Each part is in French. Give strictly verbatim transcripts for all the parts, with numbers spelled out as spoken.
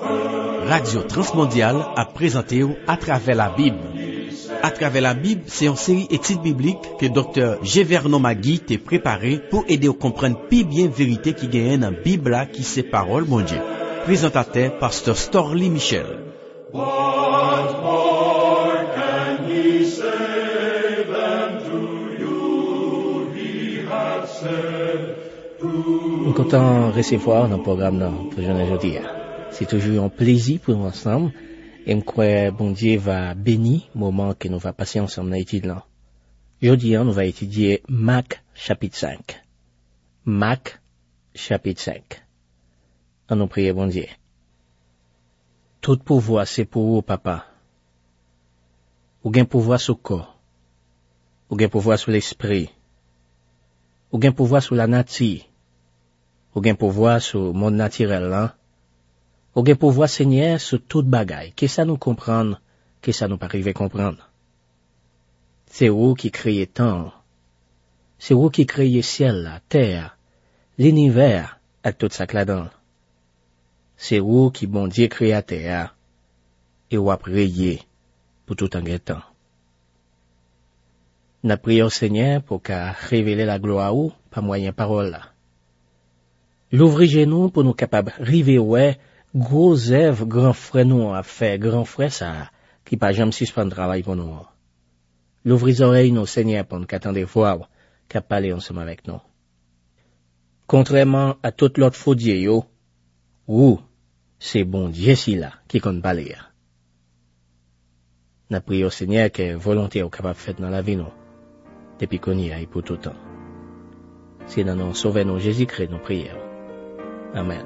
Radio Transmondiale a présenté à travers la Bible. À travers la Bible, c'est une série études bibliques que docteur Gévernon Magui t'a préparé pour aider à comprendre plus bien vérité qui gagne dans la Bible qui c'est parole mon Dieu. Présentateur pasteur Storlie Michel. What more can he say than to you he hath said to Nous sommes contents de recevoir dans le programme dans pour journée aujourd'hui. C'est toujours un plaisir pour nous ensemble et je crois que bon Dieu va bénir le moment que nous va passer ensemble dans l'étude là. Aujourd'hui, nous va étudier Marc chapitre cinq. Marc chapitre cinq. On nous prie bon Dieu. Tout pouvoir c'est pour vous, papa. Ou gain pouvoir sur le corps. Ou gain pouvoir sur l'esprit. Ou gain pouvoir sur la nature. Ou gain pouvoir sur le monde naturel là. Ou gain pouvoir Seigneur sur toute bagaille. Qu'est-ce que ça nous comprendre, qu'est-ce que ça nous pas arriver comprendre. C'est vous qui créez temps. C'est vous qui créez ciel, la terre, l'univers, et tout ça là-dedans. C'est vous qui bon Dieu créateur, et vous priez pour tout en temps. Nous prions au Seigneur pour qu'à révéler la gloire ou par moyen parole là. L'ouvrez-nous pour nous capables river ouais, gros œuvre grand frère nous a fait, grand frère ça, qui pas jamais suspendre travail pour nous. L'ouvrez oreilles nous Seigneur pour nous qu'attendre voir, qu'à parler ensemble avec nous. Contrairement à tout l'autre faux Dieu yo, ou, c'est bon Dieu si là, qui compte parler. N'a prié au Seigneur que volonté est capable de faire dans la vie nous, depuis qu'on y aille pour tout le temps. C'est dans nos sauveur nous Jésus-Christ nos prières. Amen.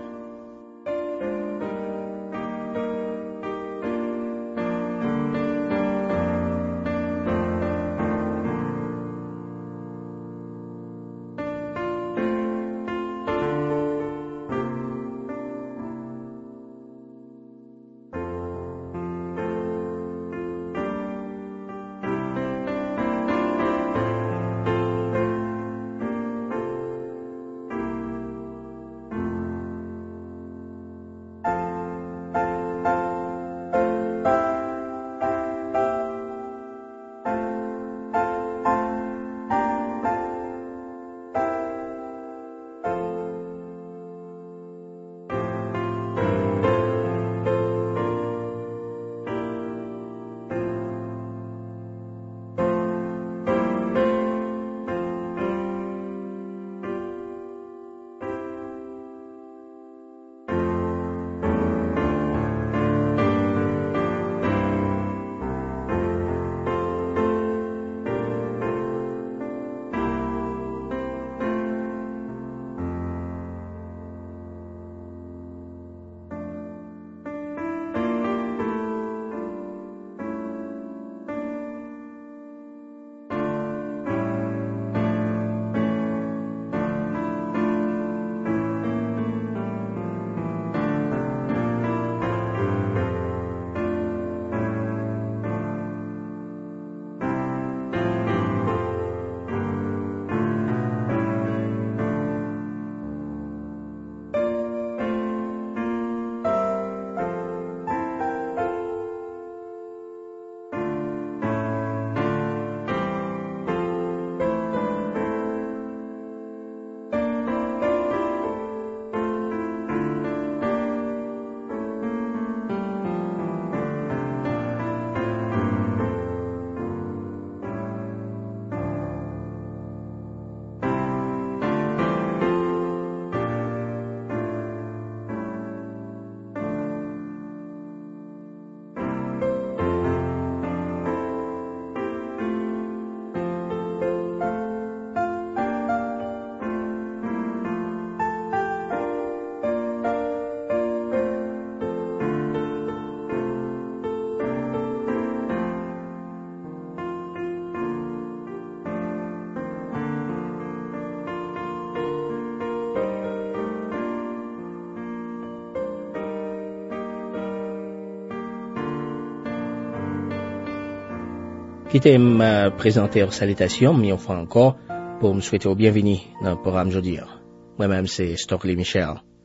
qui t'aime euh, présenter aux salutations, mais enfin encore, pour me souhaiter au bienvenue dans le programme aujourd'hui. Moi-même, c'est Storlie Michel.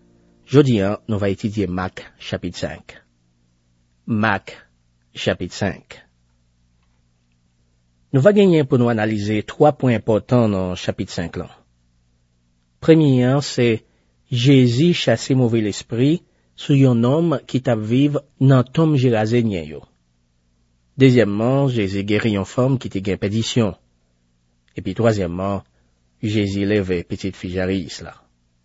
Jodi an, nous va étudier Marc chapitre cinq. Marc chapitre cinq. Nous va gagner pour nous analyser trois points importants dans chapitre cinq là. Premier, c'est Jésus chasse mauvais l'esprit sur un homme qui t'a vive dans tombe gérasénien yo. Deuxièmement, Jésus guérit une femme qui était gain pédition. Et puis troisièmement, Jésus lève petite fille Jairus là.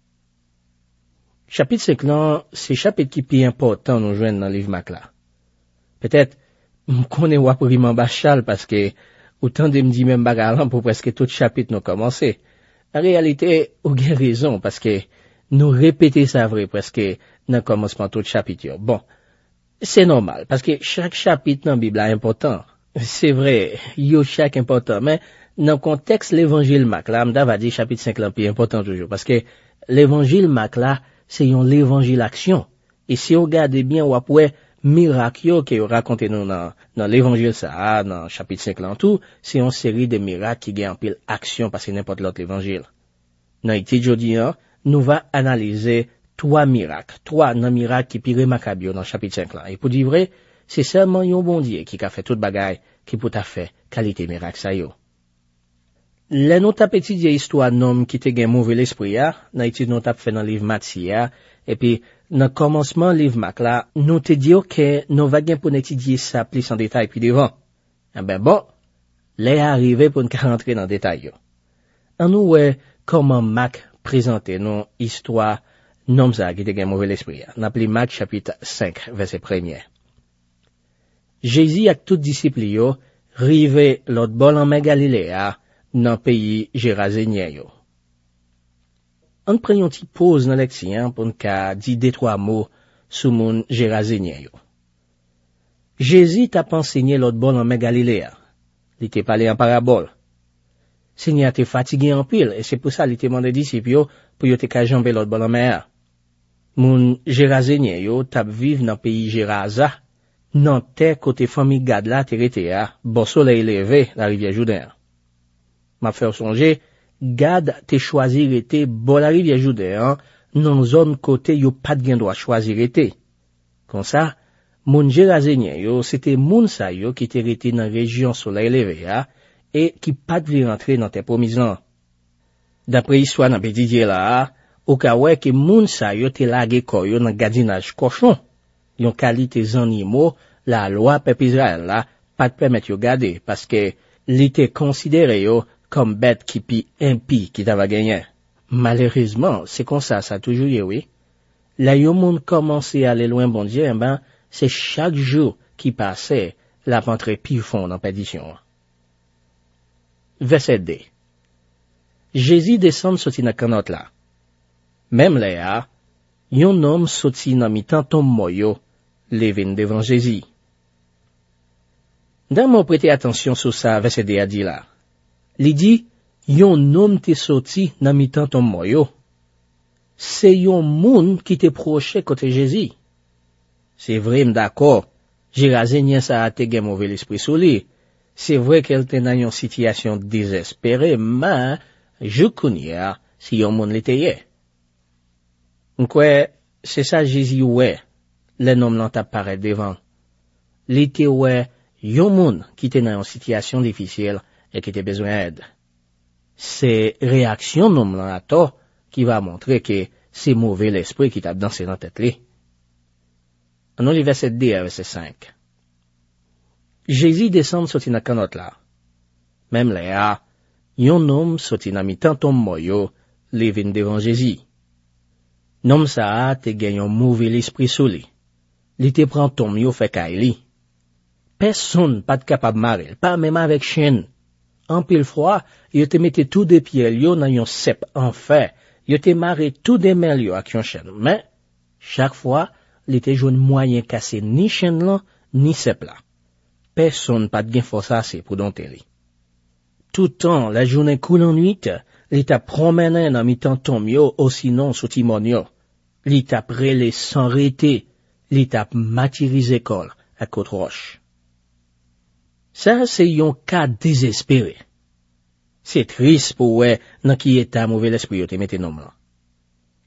Chapitre cinq là, c'est chapitre qui est important nous joindre dans le livre Marc là. Peut-être me connais ou après m'en bachal parce que autant de me dire même bagarre pour presque tout chapitre nous commencer. En réalité, ou bien raison parce que nous répéter ça vrai presque dans le commencement tout chapitre. Bon, c'est normal parce que chaque chapitre dans la Bible est important. C'est vrai, yo chaque important, mais dans le contexte l'évangile Marc là, m'da va dire chapitre cinq là plus important toujours parce que l'évangile Marc là, c'est un l'évangile action. Et si on regarde bien ou après miracle que raconté nous dans dans l'évangile ça dans chapitre cinq là en tout, c'est une série de miracles qui gagne en pile action parce que n'importe l'autre l'évangile. Dans l'étude jodi an, nous va analyser trois miracles, trois non miracles qui pire macabre dans chapitre cinq là. Et pour dire vrai, c'est seulement un bon Dieu qui a fait toute bagaille qui peut ta fait qualité miracle ça yo. Les nous t'a étudié histoire d'homme qui te gagne mauvais l'esprit a, dans l'étude nous t'a fait dans le livre Matthieu et puis dans le commencement livre Marc là, nous te dit que nous va gain pour étudier ça plus en détail puis devant. Eh ben bon, les arrivé pour nous rentrer dans le détail yo. En nous ouais comment Marc présenter nos histoire nom ça qui te gagne mauvais l'esprit. On appelle Marc chapitre cinq verset premier. Jésus avec tout disciples yo rivé l'autre bord en mer Galiléa dans pays gérasénien yo. On prend une petite pause dans l'excien pour nous dire deux trois mots sur mon gérasénien yo. Jésus t'a pas enseigné l'autre bord en mer Galiléa. Il t'a parlé en parabole. Seigneur t'es fatigué en pile et c'est pour ça il t'a demandé disciples yo pour yo te ka jamber l'autre bord en mer. Mon gérasénien yo t'a vivre dans pays Gérasa, dans terre côté famille Gad là t'érité a, bon soleil levé la rivière Jourdain. M'a fait songer Gad te choisi rete bon la rivière Jourdain dans zone côté yo pas de droit choisir rete. Comme ça, moun gérasénien yo c'était moun sa yo qui te rete dans région soleil levé a et qui pas de rentrer dans terre promise là. D'après histoire dans petit Dieu là, au cas où que moun sa yo te lage koyo dans gadinage cochon. Yon qualité animaux, la loi peuple Israël là pas de permettre yo garder parce que li était considéré yo comme bête qui pi impie qui t'ava gagné. Malheureusement, c'est comme ça ça toujours y oui. Là yo monde commencé à aller loin bon Dieu, ben c'est chaque jour qui passait la rentrée pi fond dans perdition. Verset deux. Jésus descend sorti dans canot là. Même là, yon homme sorti dans mi-temps tombe moyo, levin devant Jésus. Dans mon prêter attention sur ça, verset deux a dit là. Il dit, yon homme te sorti dans mi-temps tombe moyo. C'est yon moun qui te proche côté Jésus. C'est vrai, d'accord. Gérasénien ça a te gen mauvais l'esprit sous lui. C'est vrai qu'elle était dans une situation désespérée, mais je connais si yon moun l'était. Quoi, c'est ça Jésus ouais, le nom l'ont apparaît devant. L'été ouais, yon moun qui était dans une situation difficile et qui était besoin d'aide. C'est réaction nom l'ont à tort qui va montrer que c'est mauvais l'esprit qui t'a dansé dans tête li. On lit verset deux à verset cinq. Jésus descend sorti dans canot là. Même là, yon homme sorti dans mi-temps tombe moyo, levin devant Jésus. Nom ça te gagne un mauvais l'esprit sous lui. Li te prend tom yo fait kay li. Personne pas de capable marrer, pas même avec chien. En pile froid, yo te mette tout de pieds yo dans yon cep en fer. Yo te marrer tout de mains yo avec yon chien. Mais chaque fois, li te joine moyen casser ni chien là ni cep là. Personne pas de gain force assez pour dompter li. Tout temps la journée coule en nuit. Li t'a promené dans mi-temps tom yo, ou sinon sous timon yo. Li t'a prélé sans rete, li t'a matirisé col à côte roche. Ça, c'est yon cas désespéré. C'est triste pour ouais, dans qui état mauvais l'esprit yo te mette nom là.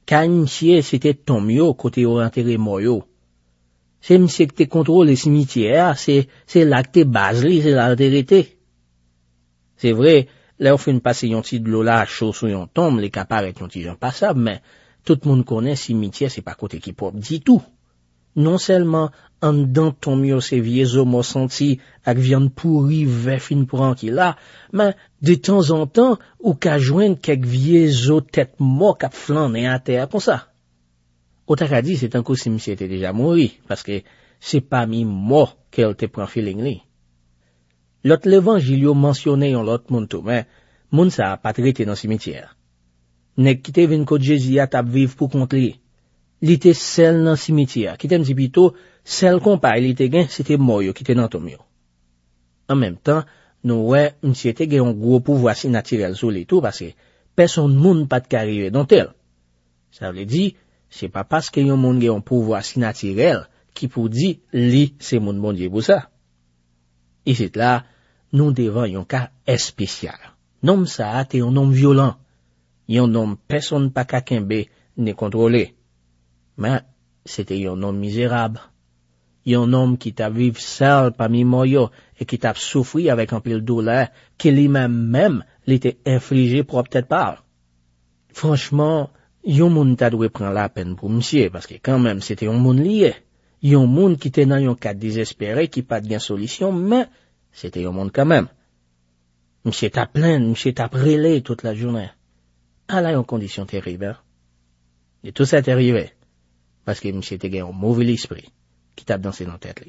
Car monsieur, c'était tombe yo, côté yo enterré mort yo. C'est monsieur qui te contrôle les cimetières, c'est, c'est là que te base li, c'est là que te C'est vrai, là on fait une passe yon ti de l'eau là, chaud sous yon tombe, les cas paraît yon ti gens passable, mais tout le monde connaît cimetière, c'est pas côté qui propre dit tout. Non seulement en dedans tombe yo ces vieux os senti avec viande pourrie, vert fin pran qui là, mais de temps en temps, ou ka joindre quelques vieux os tête mort k'ap flâner à terre comme ça. Ou ta dit c'est un coup si monsieur était déjà mort, parce que c'est pas mi mort qu'elle te prend feeling li. L'autre l'évangile yo mentionné yon l'autre moun tout, mais moun sa pas traité dans cimetière. Nèg qui te vinn côté Jésus a t'a vivre pour contre li. Li te seul dans cimetière, qui t'aime dit plutôt seul compa il était gain, c'était mort yo qui était dans tombe yo. En même temps, nous ouais, monsieur était gain un gros pouvoir si naturel sur les tout parce que personne moun pas de arriver dans tel. Ça veut dire c'est pas parce que yon moun gain un pouvoir si naturel qui pour dire li c'est moun bon Dieu pour ça. Et c'est là nous devons yon cas spécial. Nom ça a été un homme violent. Yon nom personne pas ka kembe ni contrôler. Mais c'était un homme misérable. Un homme qui t'a vécu seul parmi moyo et qui t'a souffri avec un pile douleur que lui-même même l'était infligé pour peut-être pas. Franchement, yon moun t'a dû prendre la peine pour monsieur parce que quand même c'était un moun lié. Yon moun qui était dans un cas désespéré qui pas de gain solution mais c'était un monde quand même. Monsieur t'a plaint, monsieur t'a prélé toute la journée. Ah là, en condition terrible. Et tout ça est arrivé. Parce que monsieur était un mauvais esprit qui t'a dansé dans la tête.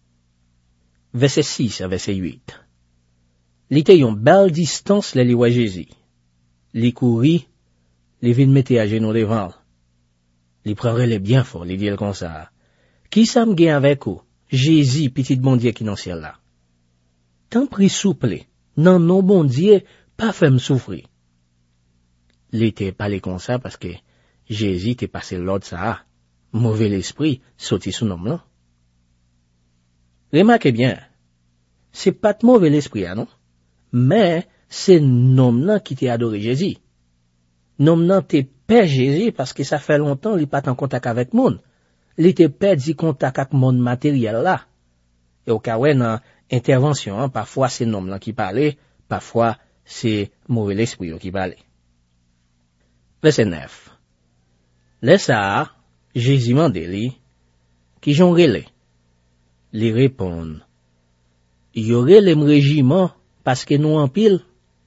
Verset six à verset huit. Il était une belle distance, les liwa Jésus. Il courit, il vient mettre à genoux devant. Il prendrait les bien fort, il dit comme ça. Qui ça me gagne avec vous? Jésus, petit bon Dieu qui dans le ciel là. Tant pris souple, non, non, bon Dieu, pas fait me souffrir. Il était parlé comme ça parce que Jésus était passé l'autre ça. Mauvais l'esprit, sorti sous nom là. Remarquez bien, c'est pas de mauvais l'esprit, non? Mais, c'est nom là qui t'a adoré Jésus. Nom là t'es père Jésus parce que ça fait longtemps il pas en contact avec monde. Il était perdu contact avec monde matériel là. Et au cas où dans intervention, hein, parfois c'est nom là qui parlait, parfois c'est mauvais l'esprit qui parlait. Verset neuf. Laisse ça, Jésus mande li, qui j'en relais. Li répondent. Y aurait le régiment parce que nous en pile.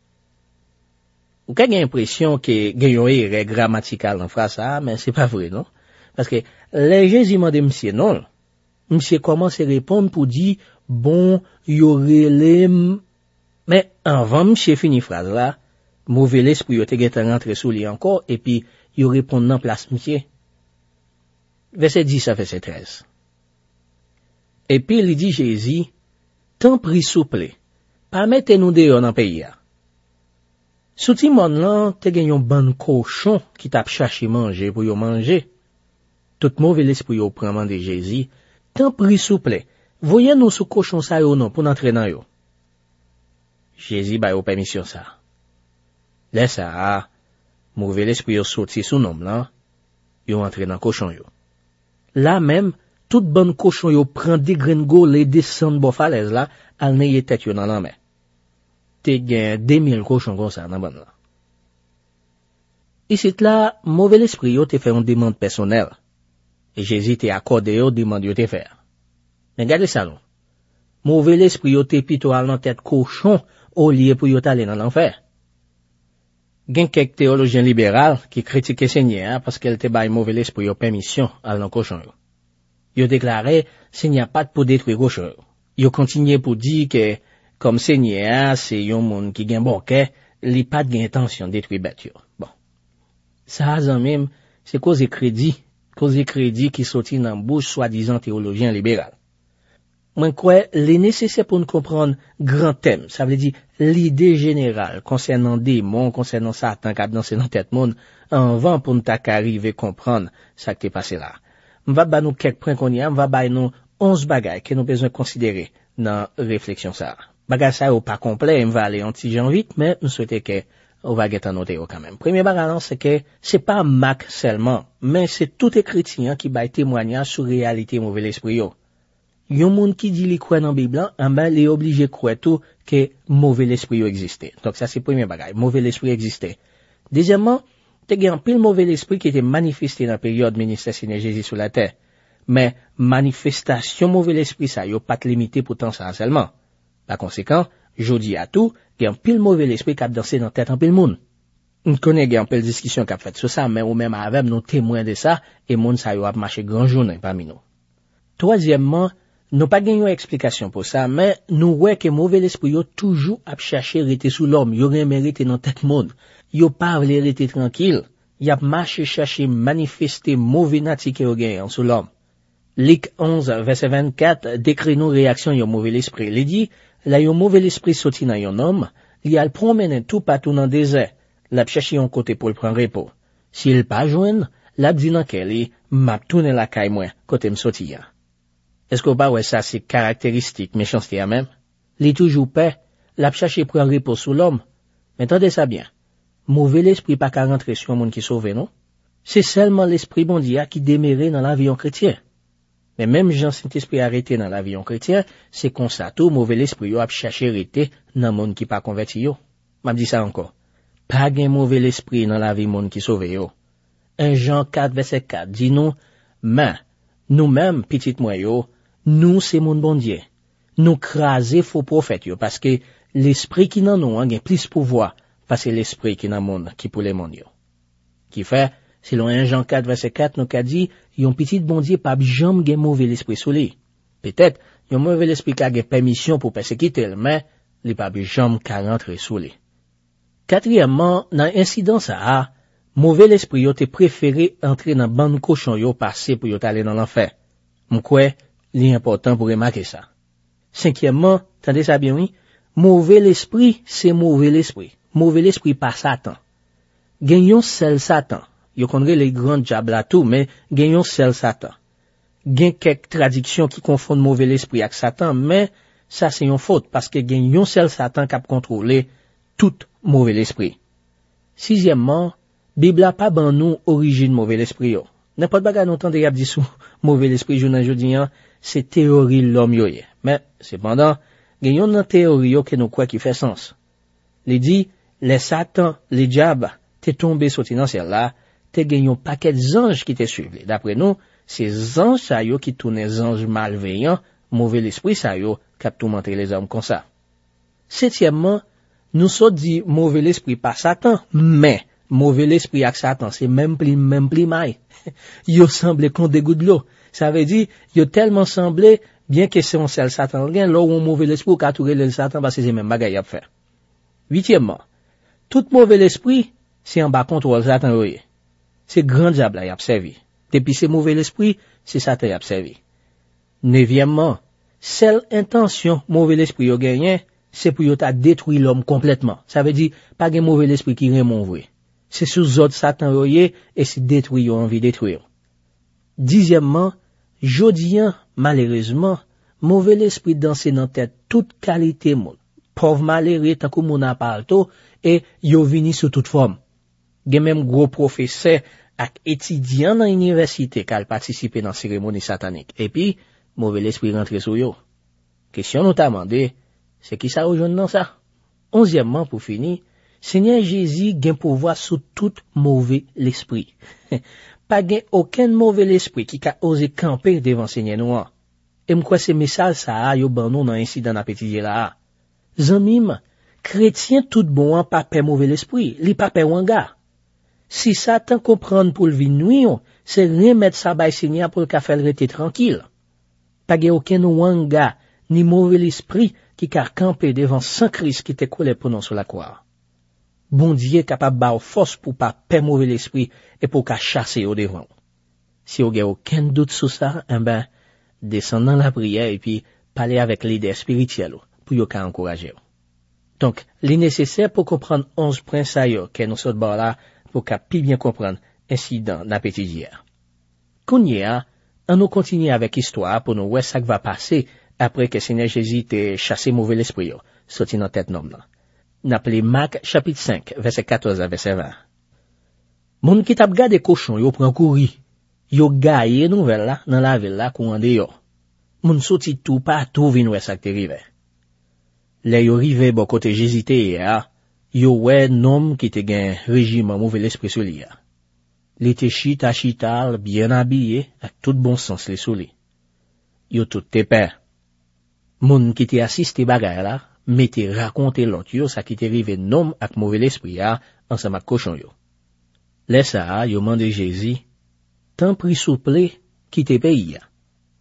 Ou qu'a l'impression que gagne erreur grammaticale en phrase ça, mais c'est pas vrai, non? Parce que les Jésus mande monsieur non. Monsieur commence à répondre pour dire bon, y aurait les mais avant monsieur fini phrase là, mauvais l'esprit yo te gete rentré sous lui encore et puis y répond dans place monsieur. Verset dix à verset treize. Et puis il dit Jésus, tant pris souple, pas mettez-nous dehors dans pays. Sous ti monde là, te gen yon ban cochon qui t'a cherché manger pour yo manger. Tout mauvais l'esprit yo prend mander Jésus, tant pris souple, voyez nous sous cochon ça yo non pour entrer dans yo. Jésus ba yo permission ça. Laisse ça, mauvais l'esprit yo sorti sous nom là, yo entré dans cochon yo. Là même, toute bonne cochon yo prend des gringo les descend bo falaise là, al neye tête yo dans la main. Te gen deux mille cochons comme ça dans ban là. Ici là, mauvais l'esprit yo te fait une demande personnelle. Et Jésus te accordé yo demande yo te faire. Mais regardez ça non. Mauvais l'esprit yo te plutôt al dans tête cochon au lieu pour yo aller dans l'enfer. Gen quelques théologiens libéraux qui critiquent Seigneur parce qu'elle te baille mauvais l'esprit yo permission al dans cochon yo. Yo déclaré Seigneur pas pour détruire cochon. Yo continué pour dire que comme Seigneur c'est yon monde qui gen bon cœur, li pas de intention détruire bête yo. Bon. Ça en même c'est cause crédit, cause crédit qui sorti dans bouche soi-disant théologien libéral. Moi crois les nécessaire pour nous comprendre grand thème, ça veut dire l'idée générale concernant démons, concernant Satan qui a dansé dans tête monde avant pour nous arriver comprendre ça qui est passé là. On va ba nous quelques points qu'on y a, on va ba nous onze bagages que nous besoin considérer dans réflexion ça. Bagage ça ou pas complet, on va aller en petit Jean vite mais nous souhaitons que on va get noter quand même. Premier bagage, c'est que c'est pas Mac seulement, mais c'est tout les chrétiens qui baillent témoignage sur réalité mauvais l'esprit yo. Yon moun qui dit li croit dans Bible, en ben li obligé croire tout que mauvais l'esprit existait. Donc ça c'est premier bagage, mauvais l'esprit existait. Deuxièmement, te gen pile mauvais l'esprit qui était manifesté dans la période ministère Seigneur Jésus sur la terre. Mais manifestation mauvais l'esprit ça yo pas limité pour tant ça seulement. Par conséquent, jodi à tout, gen pile mauvais l'esprit qui a dansé dans tête en pile monde. On connaît gen pile discussion qui a fait sur ça, mais ou même avec nous témoins de ça et monde ça yo a marché grand journée parmi nous. Troisièmement, nous pas gagné une explication pour ça, mais nous voyons que mauvais l'esprit yo toujours à chercher rester sous l'homme, yo rien mérité dans tête monde. Yo pas vle rester tranquille, y a marché chercher manifester mauvais nature que yo gagne sous l'homme. Luc onze verset vingt-quatre décrit nous réaction yo mauvais l'esprit. Il dit là yo mauvais l'esprit sorti dans yon homme, il a le promener tout partout dans désert, l'a chercher un côté pour le prendre repos. S'il pas joindre, l'a dit dans quel m'a tourner la caille moi côté me sorti. Est-ce que bah ouais ça c'est caractéristique méchanceté à même? Li toujours paix, l'a chercher prendre repos sous l'homme. Mais attendez ça bien. Mauvais l'esprit pas qu'à rentrer sur un monde qui sauve non? C'est seulement l'esprit bon Dieu qui déméré dans l'avion chrétien. Mais même Jean Saint-Esprit arrêté dans l'avion chrétien, c'est comme ça tout mauvais l'esprit yo a chercher arrêter dans monde qui pas converti yo. M'a dit ça encore. Pas gain mauvais l'esprit dans la vie monde qui sauve yo. un Jean quatre verset quatre dit nous, mais nous-mêmes petit moyo, nous c'est mon bon Dieu. Nous craser faux prophètes yo parce que l'esprit qui dans nous a plus pouvoir parce que l'esprit qui dans monde qui pour les monde yo. Qui fait selon un Jean quatre verset quatre nous qu'a dit yon petit bon Dieu pas jamais gen mauvais l'esprit sous lui. Peut-être yon mauvais l'esprit qui a gen permission pour persécuter mais li pas jamais ka rentrer sous lui. Quatrièmement, dans incident ça, mauvais l'esprit yo te préféré entrer dans bande cochon yo passer pour yo aller dans l'enfer. M'kwe li important pour remarquer ça. Cinquièmement, tendez ça bien oui, mauvais l'esprit c'est mauvais l'esprit. Mauvais l'esprit pas Satan. Genyon seul Satan. Yo connaît les grands diables là tout, mais genyon seul Satan. Gen quelques traductions qui confondent mauvais l'esprit avec Satan, mais ça c'est une faute parce que genyon seul Satan qui a contrôlé tout mauvais l'esprit. Sixièmement, Bible a pas ban nous origine mauvais l'esprit yo. N'importe bagarre nous tande y a dit sous mauvais l'esprit journal jodi an, c'est théorie l'homme yo. Mais cependant, genyon nan théorie yo que nous croit qui fait sens. Il dit les Satan, les diables, t'es tombé sorti dans ciel là, t'es gagné un paquet d'anges qui te suivent. D'après nous, ces anges ça yo qui tournent les anges malveillants, mauvais l'esprit ça yo, qui tourmenté les hommes comme ça. Septièmement, nous sommes dit mauvais l'esprit pas Satan, mais mauvais l'esprit avec Satan, c'est même plus, même plus maille. Yo semblé qu'on dégoûte l'eau. Ça veut dire, yo tellement semblé, bien que c'est un seul Satan, rien, là où un mauvais l'esprit, qu'a touré le Satan, parce que c'est même bagaille à faire. Huitièmement, tout mauvais l'esprit, c'est en bas contrôle Satan yoye. C'est grand diable y a servi. Depuis c'est mauvais l'esprit, c'est Satan y a servi. Neuvièmement, seule intention mauvais l'esprit yo gagné, c'est pour yo ta détruire l'homme complètement. Ça veut dire pas gen mauvais l'esprit qui remon vrai. C'est sous autres Satan yoye et c'est détruire yo envie détruire. Dixièmement, jodian malheureusement, mauvais l'esprit danser dans tête toute qualité monde. Pauvre malheureux tant que moun a parto et yo vini sous toute forme. Gen même gros professeur ak étudiant dans université qui a participé dans cérémonie satanique. Et puis mauvais l'esprit rentre sous yo. Question nous t'a demandé, c'est qui ça aujourd'hui dans ça? Onzièmement pour finir, Seigneur Jésus gen pouvoir sous tout mauvais l'esprit. Pas gen aucun mauvais l'esprit qui a osé camper devant Seigneur noir. Et m'kwa ce message ça a yo ban nou dans incident n'a petit là. Zanmim, chrétien tout bon pas peur mauvais l'esprit, li pas peur wanga. Si Satan comprend pour le vin nuit, c'est remettre ça bay Seigneur pour le ka faire rester tranquille. Pas gen aucun wanga ni mauvais l'esprit qui ka camper devant Saint Christ qui te collé pour nous sur la croix. Bon Dieu capable ba force pour pas peur mauvais l'esprit et pour ka chasser au devant. Si vous avez aucun doute sur ça, eh ben descend dans la prière et puis parler avec leader spirituel pour yo ka encourager. Donc, li nécessaire pour comprendre onze points ça yo que nous sommes là pour ka pi bien comprendre incident n'a petit hier. Kounya, on nous continue avec histoire pour nous voir ça qui va passer après que Seigneur Jésus t'ait chassé mauvais l'esprit yo, sorti dans tête nom là. n'appelé Marc chapitre cinq, verset quatorze à verset vingt. Moun qui tap gade cochon yo pran kouri, yo gaye nouvelle là dans la ville là kou an dehors. Moun soti tout partout vin wè sak te rive. Le yo rive bon côté Jésus te ya, yo wè nom qui te gen régime mauvais l'esprit sou li ya. Li te chita chital, bien habillé, ak tout bon sens li sou li. Yo tout te pe. Moun qui te assiste bagay la, mette raconte l'autre yo sa qui te rive nom ak mauvais l'esprit ya, ensemble ak cochon yo. Le sa, yo mande Jésus, tant pris souple, qui te pays ya.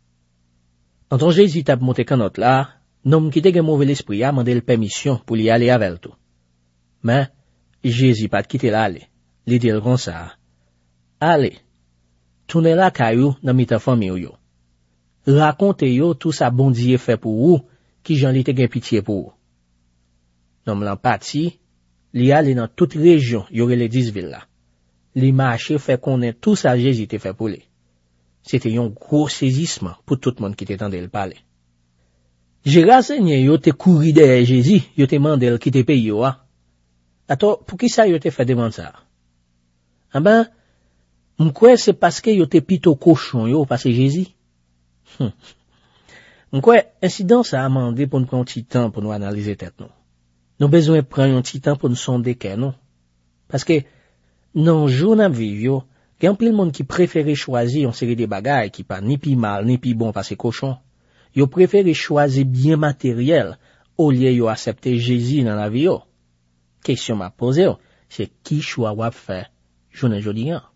Anton Jésus tap monte kanot la, nom qui te gen mauvais l'esprit a mande l permission pour li aller avec tout. Mais, Jésus pas quitte la aller. Li dit comme ça. Allez, tourne la kayou dans mitan famille yo. Raconte yo tout ça bon Dieu fait pour vous, qui j'en li te gen pitié pour vous. Nom l'en parti, li aller dans toute région, yore les dix villes là. Li marché fait connaître tout ça Jésus te fait pour lui. C'était un gros saisissement pour tout le monde qui t'entendait le parler. J'ai renseigné yo te couru derrière Jésus, yo te mandé qui te paye yo a. Attends, pour qui ça yo te fait demander ça? Ah ben, m'kwe c'est parce que yo te pito cochon yo parce Jésus. Hum. M'kwe incident ça a demandé pour nous prendre un petit temps pour nous analyser tête nous. Nous besoin prendre un petit temps pour nous sonder cœur nous. Parce que non jour n'a vivre yo, gen pile monde qui préfère choisir une série de bagages qui pas ni pi mal ni pi bon parce cochon. Yo préfère choisir bien matériel au lieu yo accepter Jésus dans la vie yo. Question m'a posé, c'est qui choix wap fait journée jodi an.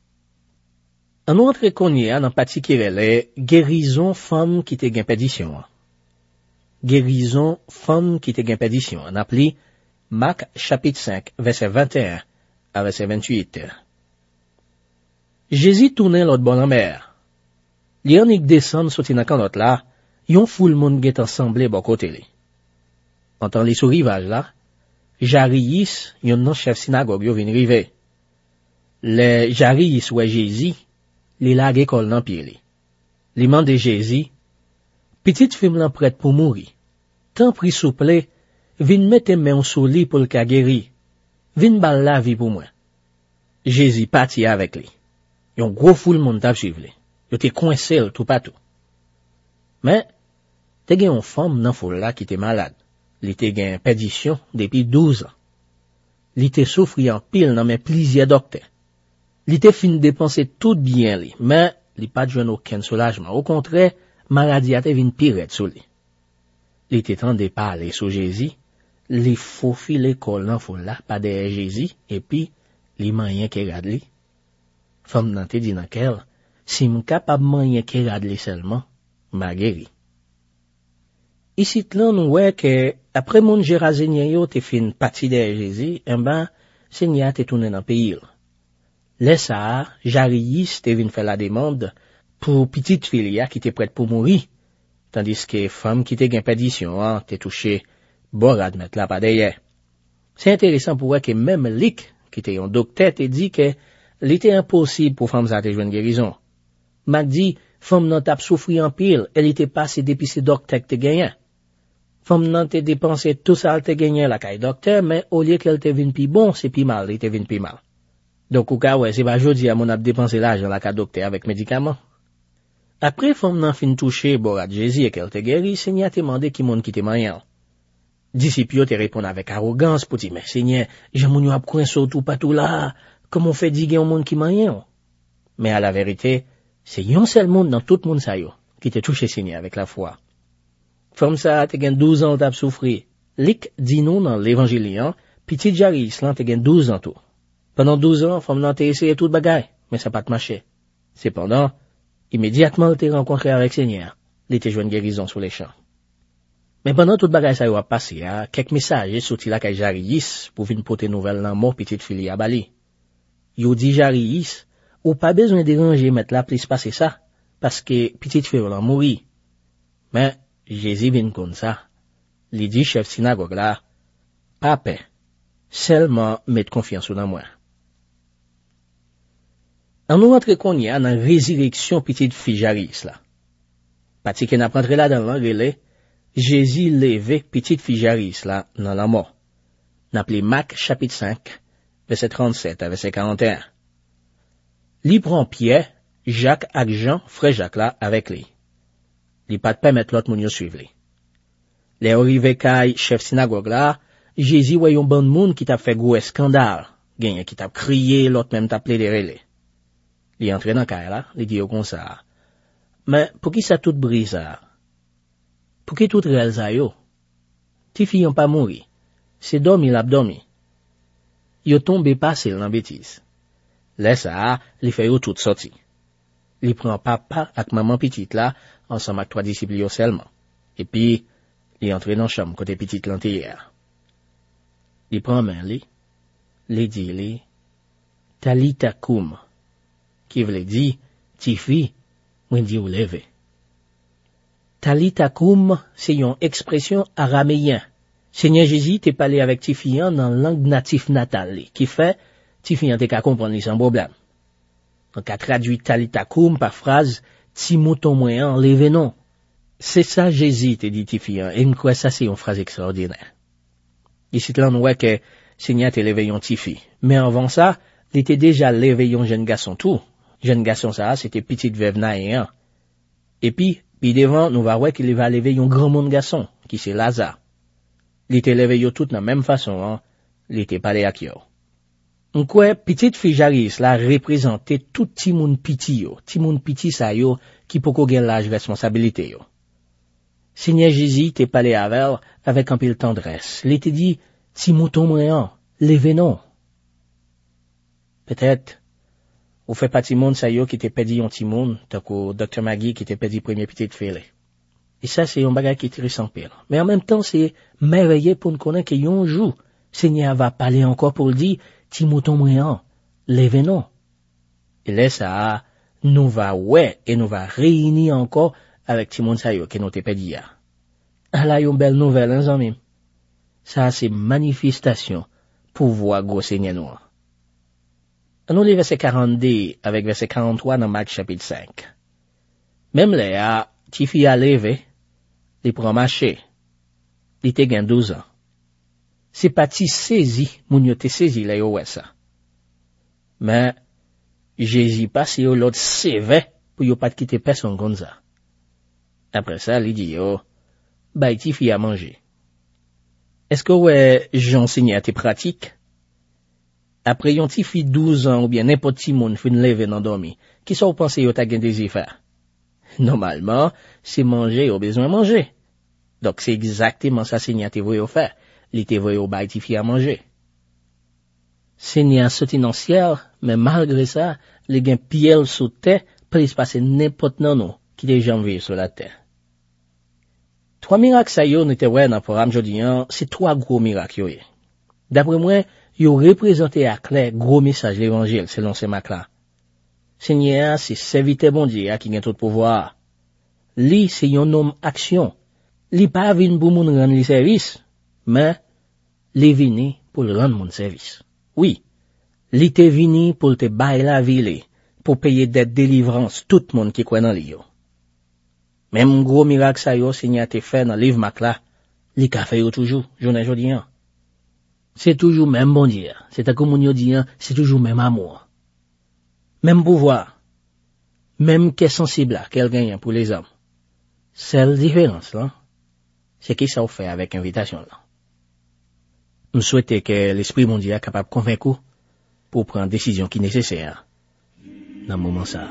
An entre konye an partie qui relè guérison femme qui te gen perdition. Guérison femme qui te gen perdition. On appelé Marc chapitre cinq verset vingt et un à verset vingt-huit. Jésus tourne l'autre bon en mer. Li an ik descend sorti nan kanot la, yon foule moun get ensemble bon côté li. Antan li sou rivage la, Jairus, yon nan chef synagogue yo vin rive. Le Jairus wè Jésus, li lage kol nan pied li. Li mande Jésus, petite femme lan prête pour mourir. Tant pris souple, vin mette men sou li pou l'ka guéri. Vin bal la vie pour moi. Jésus parti avec li. Yon gros foule moun tap suiv li. Yo te coincé tout partout. Mais, te gen yon femme nan foule la qui te malade. Li te gen perdition depuis douze ans. Li te souffri en pile nan men plusieurs docteurs. Li te fin dépenser tout bien li, mais li pas jouen aucun soulagement. Au contraire, maladie a te vin piret sou li. Li te tande parler sou Jésus, li fofi l'école nan foule la pa derrière Jésus, et puis, li manyen ke rad li. Femme nan te di nan kel, si m kapab manyen ke rad li seulement, ma guéri. Ici, là, nous voyons que, après mon Gérasénien yo te fin parti de Jésus, en ben, Seigneur te tourné dans le pays. Laissa, Jairus te vin faire la demande pour petite fille qui te prête pour mourir, tandis que femme qui te gen perdition, hein, te touché, borad mettre la pas derrière. C'est intéressant pour voir que même Lick, qui était un docteur, te dit que, l'était impossible pour femme ça te joindre guérison. M'a dit, femme nan tap souffri en pile, elle était passée depuis ce docteur te gagné. Femme nan te dépensé tout ça te gagné la caille docteur, mais au lieu qu'elle te vin pi bon, c'est pi mal, il te vin pi mal. Donc, ou ka ouais, c'est pas jodi à mon ap dépensé l'argent la caille docteur avec médicaments. Après, femme nan fin touché, borat Jésus et qu'elle te guéri, Seigneur te demandé qui moun qui te mayan. Disciples te répondent avec arrogance pour dire, mais Seigneur, j'ai moun yo ap coin tout partout là, comment on fait diguer un monde qui mayan? Mais à la vérité, c'est yon seul monde dans tout monde sa yo, qui te touché Seigneur avec la foi. Femme ça te gen douze ans tap souffri. Lik dit nous dans l'évangile, petit Jairus lan te gen douze ans tout. Pendant douze ans, femme nan te essayé tout bagay, mais ça pas te marché. Cependant, immédiatement, te rencontré avec Seigneur, il te joine guérison sur les champs. Mais pendant tout bagay ça yo a passé, quelques messages sorti la kay Jairus pour venir porter nouvelle nan mort petite fille à Bali. Yo dit Jairus, ou pas besoin de déranger mettre la plus passer ça, parce que petite fille va mourir. Mais, Jésus vient comme ça. Il dit chef synagogue là, pas paix, seulement mettre confiance dans moi. En nous rentre qu'on y a dans résurrection petite fille Jairus là. Parce que n'a pas rentré là dans l'anglais, Jésus levé petite fille Jairus là dans la mort. N'appelé Marc chapitre cinq, verset trente-sept à verset quarante et un. Li prend Pierre, Jacques ak Jean, frère Jacques là, avec lui. Li pas de permettre l'autre moun yo suivre li. Les arrivé kay chef synagogue là, Jésus voyait un bon monde qui t'a fait gros scandale, gagné qui t'a crié, l'autre même t'a plaidé relé. Li entre dans kay là, li dit comme ça. Mais pour qui ça tout brise ça? Pour qui tout réel ça yo? Ti fi yon pas mouri. C'est dormi l'abdomi. Yo tombe passé dans bêtise. Laisse ça, li fait yo tout sorti. Li prend papa ak maman petite là, ensemble avec trois disciples yo seulement. Et puis, li entre dans chambre côté petite l'antérieur. Li prend main li, li dit li, Talita koum, qui veut dire, ti fi, mwen di ou leve. Talita koum, c'est une expression araméen. Seigneur Jésus t'est parlé avec ti fiyan dans langue natif natale, qui fait, ti fiyan t'es qu'à comprendre li sans problème. Donc, a traduit Talita koum par phrase, ti mouton moyen, leve non. C'est ça Jésus te dit ti fiyan, et m'crois ça c'est une phrase extraordinaire. Ici là on voit que Seigneur te levé yon ti fi. Mais avant ça, il était déjà levé yon jeune garçon tout. Jeune garçon ça, c'était petite veuve naïen. Et puis, puis devant, nous va voir qu'il va lever yon grand monde garçon, qui c'est Lazare. Il était levé yon tout de la même façon, hein. Il était parlé à yo. On quoi, petite fille Jaris la représentait tout ti moun piti yo, ti moun piti sa yo, qui poko gen l'âge responsabilité yo. Seigneur Jésus t'est parlé avec avec un peu de tendresse. Il t'a dit, si mouton moyen, levez non. Peut-être, ou fait pas ti monde sa yo qui t'est pédi yon ti monde, tant que docteur Magui qui t'est pédi premier petite fille. Et ça, c'est un bagage qui est très sans pire. Mais en même temps, c'est merveilleux pour nous connaître que yon jour, Seigneur va parler encore pour le dire, ti mouton moyen, levez non. Et là, ça, nous va ouais, et nous va réunir encore avec ti moun sa yo qui nous t'est pédi ya. Ah là, yon belle nouvelle, hein, zami. Ça, c'est manifestation pour voir gros Seigneur noir. On lit verset quarante-deux avec verset quarante-trois dans Marc chapitre cinq. Même là, ti fi a levé, li prend marcher. Li te gen douze ans. C'est pas ti saisi, moun yo te saisi là yo ouais ça. Mais, Jésus passe yo l'autre sévère pour yo pas quitter personne comme ça. Après ça, il dit yo, bah ti fi a manger. Est-ce que ouais, j'enseigne à tes pratiques? Après yon ti fi douze ans ou bien n'importe ti moun fin lever nan dormi, qui sont pensé yo ta gen désir faire? Normalement, c'est manger ou besoin manger. Donc c'est exactement ça Seigneur te voye faire. Li te voye ba ti fi a manger. Seigneur sorti dans ciel, mais malgré ça, les gen piel sous terre, prise passer n'importe nan nou qui te janvier sur la terre. Trois miracles ça yo n'était ouais dans programme jodi an, c'est trois gros miracles yo. D'après moi, yo représenté à clair gros message l'évangile selon ces macla. Seigneur, c'est serviteur bon Dieu qui a tout pouvoir. Li c'est yon homme action. Li pas vinn pour moun rendre li service, mais li vini pour le rendre mon service. Oui, li te vini pour te bailler la ville, pour payer dette délivrance tout monde qui croit dans li yo. Même gros miracle ça yo Seigneur te fait dans livre macla, li ka fait yo toujours, journée jodi an. C'est toujours même bon Dieu, c'est comme on dit, c'est toujours même amour. Même pouvoir, même qu'est sensible à qu'elle gagne pour les hommes. Seule différence, là, c'est qui ça fait avec invitation, là. Je souhaite que l'Esprit mondial soit capable de convaincre pour prendre une décision qui est nécessaire dans le moment ça.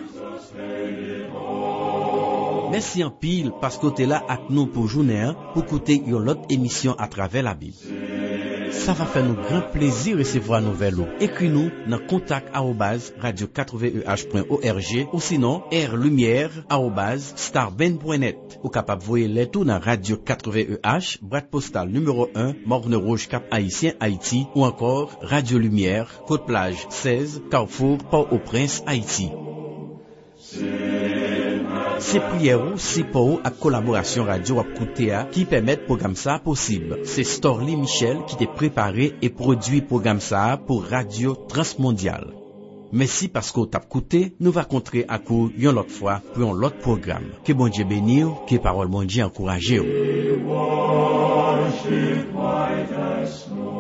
Merci en pile parce que tu es là avec nous pour journée pour écouter une autre émission à travers la Bible. Ça va faire nous grand plaisir de recevoir nos vélos. Écris-nous dans contact arobase radio quatre v e h point org ou sinon airlumière arobase starben point net. Ou capable voyer les tout dans radio quatre v e h, boîte postale numéro un, Morne Rouge, Cap Haïtien, Haïti, ou encore Radio Lumière, Côte-Plage seize, Carrefour, Port-au-Prince, Haïti. C'est prière ou si pour à collaboration radio à Koutea qui permettent programme ça possible. C'est Storly Michel qui t'a préparé et produit programme ça pour Radio Transmondial. Merci parce que t'as écouté, nous va rencontrer à coup une autre fois pour un autre programme. Que bon Dieu bénisse, que parole bon Dieu encourage.